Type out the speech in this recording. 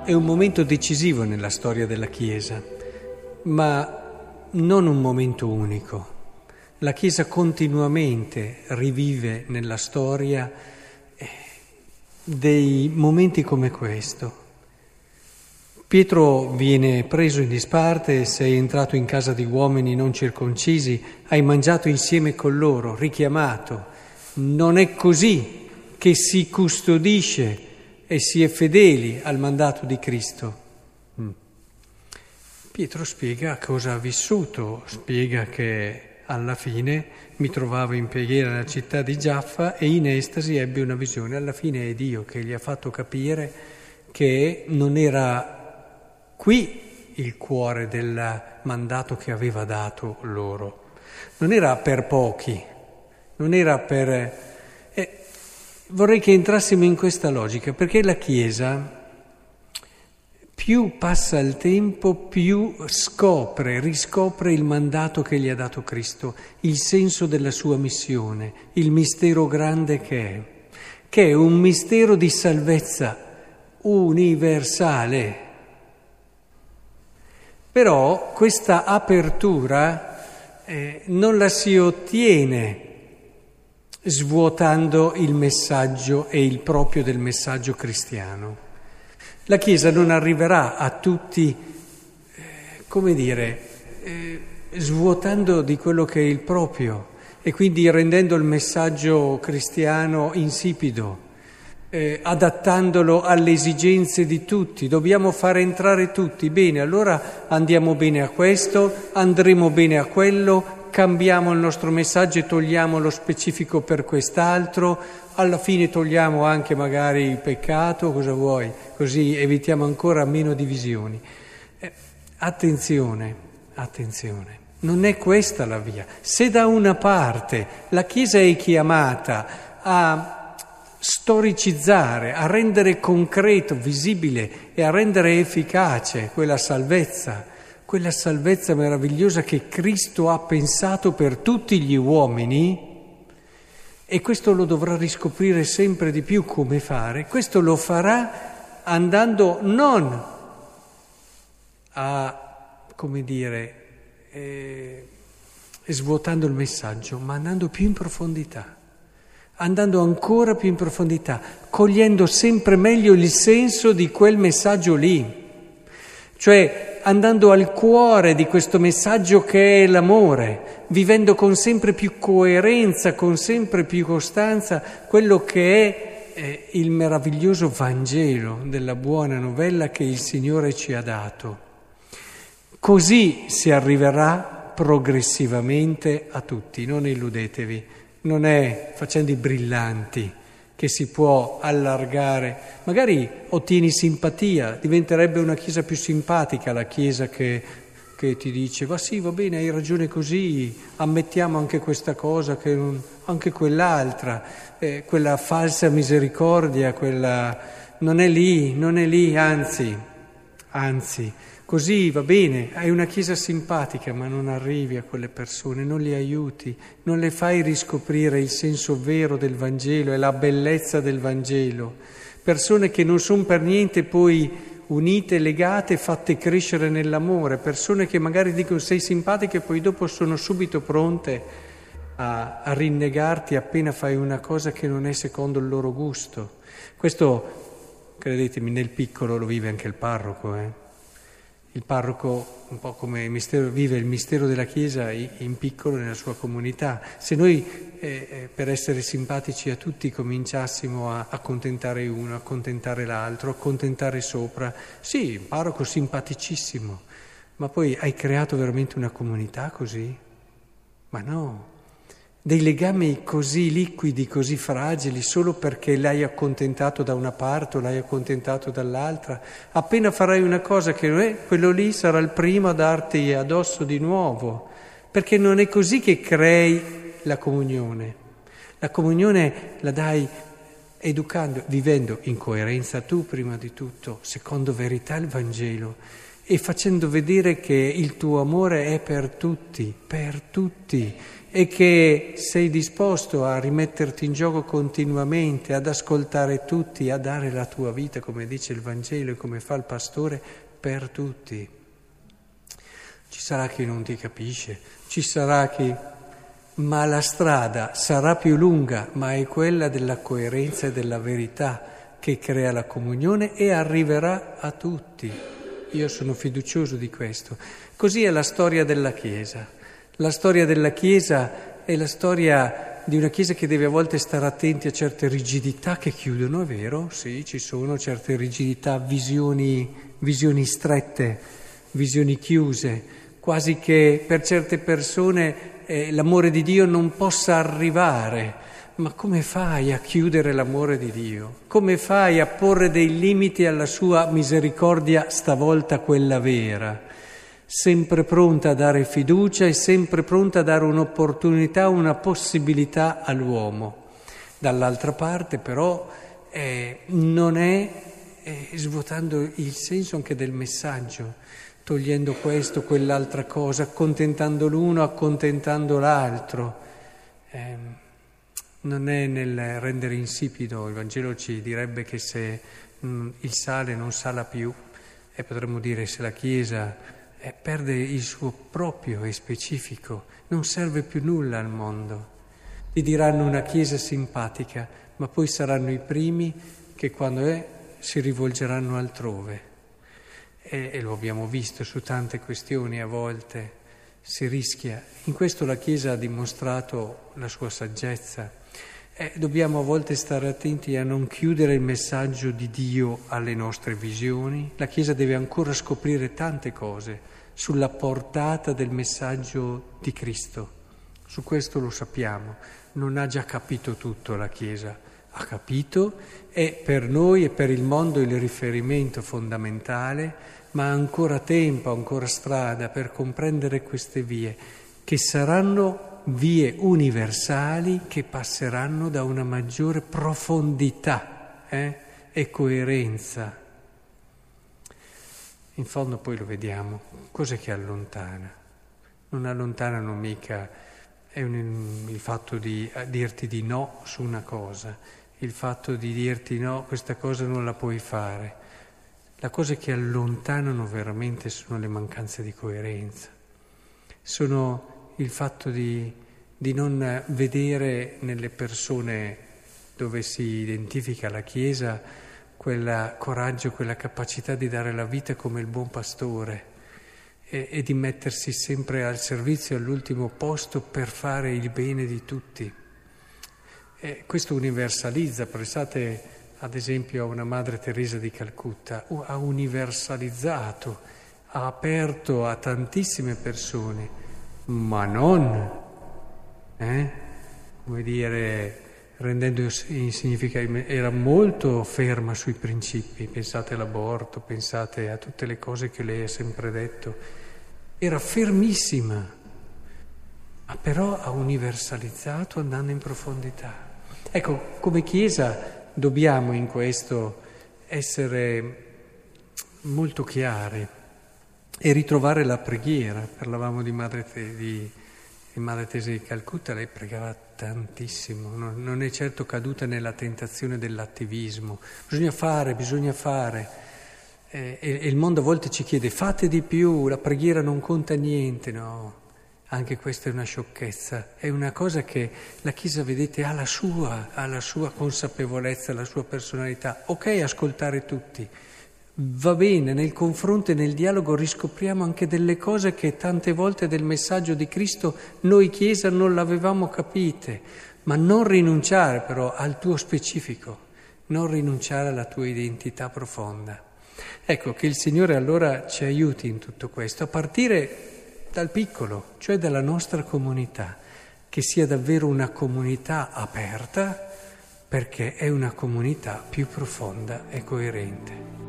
È un momento decisivo nella storia della Chiesa, ma non un momento unico. La Chiesa continuamente rivive nella storia dei momenti come questo. Pietro viene preso in disparte: sei entrato in casa di uomini non circoncisi, hai mangiato insieme con loro, richiamato. Non è così che si custodisce e si è fedeli al mandato di Cristo. Pietro spiega cosa ha vissuto, spiega che alla fine mi trovavo in preghiera nella città di Giaffa e in estasi ebbe una visione. Alla fine è Dio che gli ha fatto capire che non era qui il cuore del mandato che aveva dato loro. Non era per pochi, non era per... Vorrei che entrassimo in questa logica, perché la Chiesa, più passa il tempo, più riscopre il mandato che gli ha dato Cristo, il senso della sua missione, il mistero grande che è un mistero di salvezza universale. Però questa apertura non la si ottiene svuotando il messaggio e il proprio del messaggio cristiano. La Chiesa non arriverà a tutti, svuotando di quello che è il proprio e quindi rendendo il messaggio cristiano insipido, adattandolo alle esigenze di tutti. Dobbiamo fare entrare tutti. Bene, allora andiamo bene a questo, andremo bene a quello, cambiamo il nostro messaggio e togliamo lo specifico per quest'altro, alla fine togliamo anche magari il peccato, cosa vuoi? Così evitiamo ancora meno divisioni. Attenzione, non è questa la via. Se da una parte la Chiesa è chiamata a storicizzare, a rendere concreto, visibile e a rendere efficace quella salvezza meravigliosa che Cristo ha pensato per tutti gli uomini, e questo lo dovrà riscoprire sempre di più come fare. Questo lo farà andando non a, svuotando il messaggio, ma andando più in profondità, andando ancora più in profondità, cogliendo sempre meglio il senso di quel messaggio lì, cioè andando al cuore di questo messaggio che è l'amore, vivendo con sempre più coerenza, con sempre più costanza, quello che è il meraviglioso Vangelo della buona novella che il Signore ci ha dato. Così si arriverà progressivamente a tutti, non illudetevi, non è facendo i brillanti che si può allargare. Magari ottieni simpatia, diventerebbe una Chiesa più simpatica la Chiesa che ti dice va sì, va bene, hai ragione così, ammettiamo anche questa cosa, anche quell'altra, quella falsa misericordia, quella non è lì, anzi, così va bene, hai una Chiesa simpatica, ma non arrivi a quelle persone, non li aiuti, non le fai riscoprire il senso vero del Vangelo e la bellezza del Vangelo. Persone che non sono per niente poi unite, legate, fatte crescere nell'amore, persone che magari dicono sei simpatica e poi dopo sono subito pronte a rinnegarti appena fai una cosa che non è secondo il loro gusto. Questo, credetemi, nel piccolo lo vive anche il parroco, Il parroco, un po' come vive il mistero della Chiesa in piccolo nella sua comunità. Se noi per essere simpatici a tutti cominciassimo a accontentare uno, accontentare l'altro, accontentare sopra, sì, il parroco simpaticissimo, ma poi hai creato veramente una comunità così? Ma no, dei legami così liquidi, così fragili, solo perché l'hai accontentato da una parte o l'hai accontentato dall'altra. Appena farai una cosa che non è, quello lì sarà il primo a darti addosso di nuovo, perché non è così che crei la comunione. La comunione la dai educando, vivendo in coerenza tu prima di tutto, secondo verità il Vangelo, e facendo vedere che il tuo amore è per tutti, e che sei disposto a rimetterti in gioco continuamente, ad ascoltare tutti, a dare la tua vita, come dice il Vangelo e come fa il pastore, per tutti. Ci sarà chi non ti capisce, ci sarà chi... ma la strada sarà più lunga, ma è quella della coerenza e della verità che crea la comunione e arriverà a tutti. Io sono fiducioso di questo. Così è la storia della Chiesa. La storia della Chiesa è la storia di una Chiesa che deve a volte stare attenti a certe rigidità che chiudono, è vero? Sì, ci sono certe rigidità, visioni strette, visioni chiuse, quasi che per certe persone l'amore di Dio non possa arrivare. Ma come fai a chiudere l'amore di Dio? Come fai a porre dei limiti alla sua misericordia, stavolta quella vera? Sempre pronta a dare fiducia e sempre pronta a dare un'opportunità, una possibilità all'uomo. Dall'altra parte però non è svuotando il senso anche del messaggio, togliendo questo, quell'altra cosa, accontentando l'uno, accontentando l'altro. Non è nel rendere insipido, il Vangelo ci direbbe che se il sale non sala più, e potremmo dire se la Chiesa perde il suo proprio e specifico, non serve più nulla al mondo. Ti diranno una Chiesa simpatica, ma poi saranno i primi che quando si rivolgeranno altrove. E lo abbiamo visto su tante questioni, a volte si rischia. In questo la Chiesa ha dimostrato la sua saggezza. Dobbiamo a volte stare attenti a non chiudere il messaggio di Dio alle nostre visioni. La Chiesa deve ancora scoprire tante cose sulla portata del messaggio di Cristo. Su questo lo sappiamo. Non ha già capito tutto la Chiesa. Ha capito, è per noi e per il mondo il riferimento fondamentale, ma ha ancora tempo, ancora strada per comprendere queste vie, che saranno vie universali che passeranno da una maggiore profondità e coerenza. In fondo poi lo vediamo, cos'è che allontana? Non allontanano mica il fatto di dirti di no su una cosa, il fatto di dirti no, questa cosa non la puoi fare. La cosa che allontanano veramente sono le mancanze di coerenza, sono il fatto di non vedere nelle persone dove si identifica la Chiesa quel coraggio, quella capacità di dare la vita come il buon pastore e di mettersi sempre al servizio, all'ultimo posto per fare il bene di tutti. Questo universalizza, pensate ad esempio a una Madre Teresa di Calcutta, ha universalizzato, ha aperto a tantissime persone, ma non, come dire, rendendo insignificante, era molto ferma sui principi, pensate all'aborto, pensate a tutte le cose che lei ha sempre detto, era fermissima, ma però ha universalizzato andando in profondità. Ecco, come Chiesa dobbiamo in questo essere molto chiari e ritrovare la preghiera. Parlavamo di Madre Teresa di Calcutta, lei pregava tantissimo, non è certo caduta nella tentazione dell'attivismo. Bisogna fare. E il mondo a volte ci chiede fate di più, la preghiera non conta niente, no. Anche questa è una sciocchezza, è una cosa che la Chiesa, vedete, ha la sua consapevolezza, la sua personalità. Ok, ascoltare tutti, va bene, nel confronto e nel dialogo riscopriamo anche delle cose che tante volte del messaggio di Cristo noi Chiesa non l'avevamo capite, ma non rinunciare però al tuo specifico, non rinunciare alla tua identità profonda. Ecco, che il Signore allora ci aiuti in tutto questo, a partire dal piccolo, cioè dalla nostra comunità, che sia davvero una comunità aperta, perché è una comunità più profonda e coerente.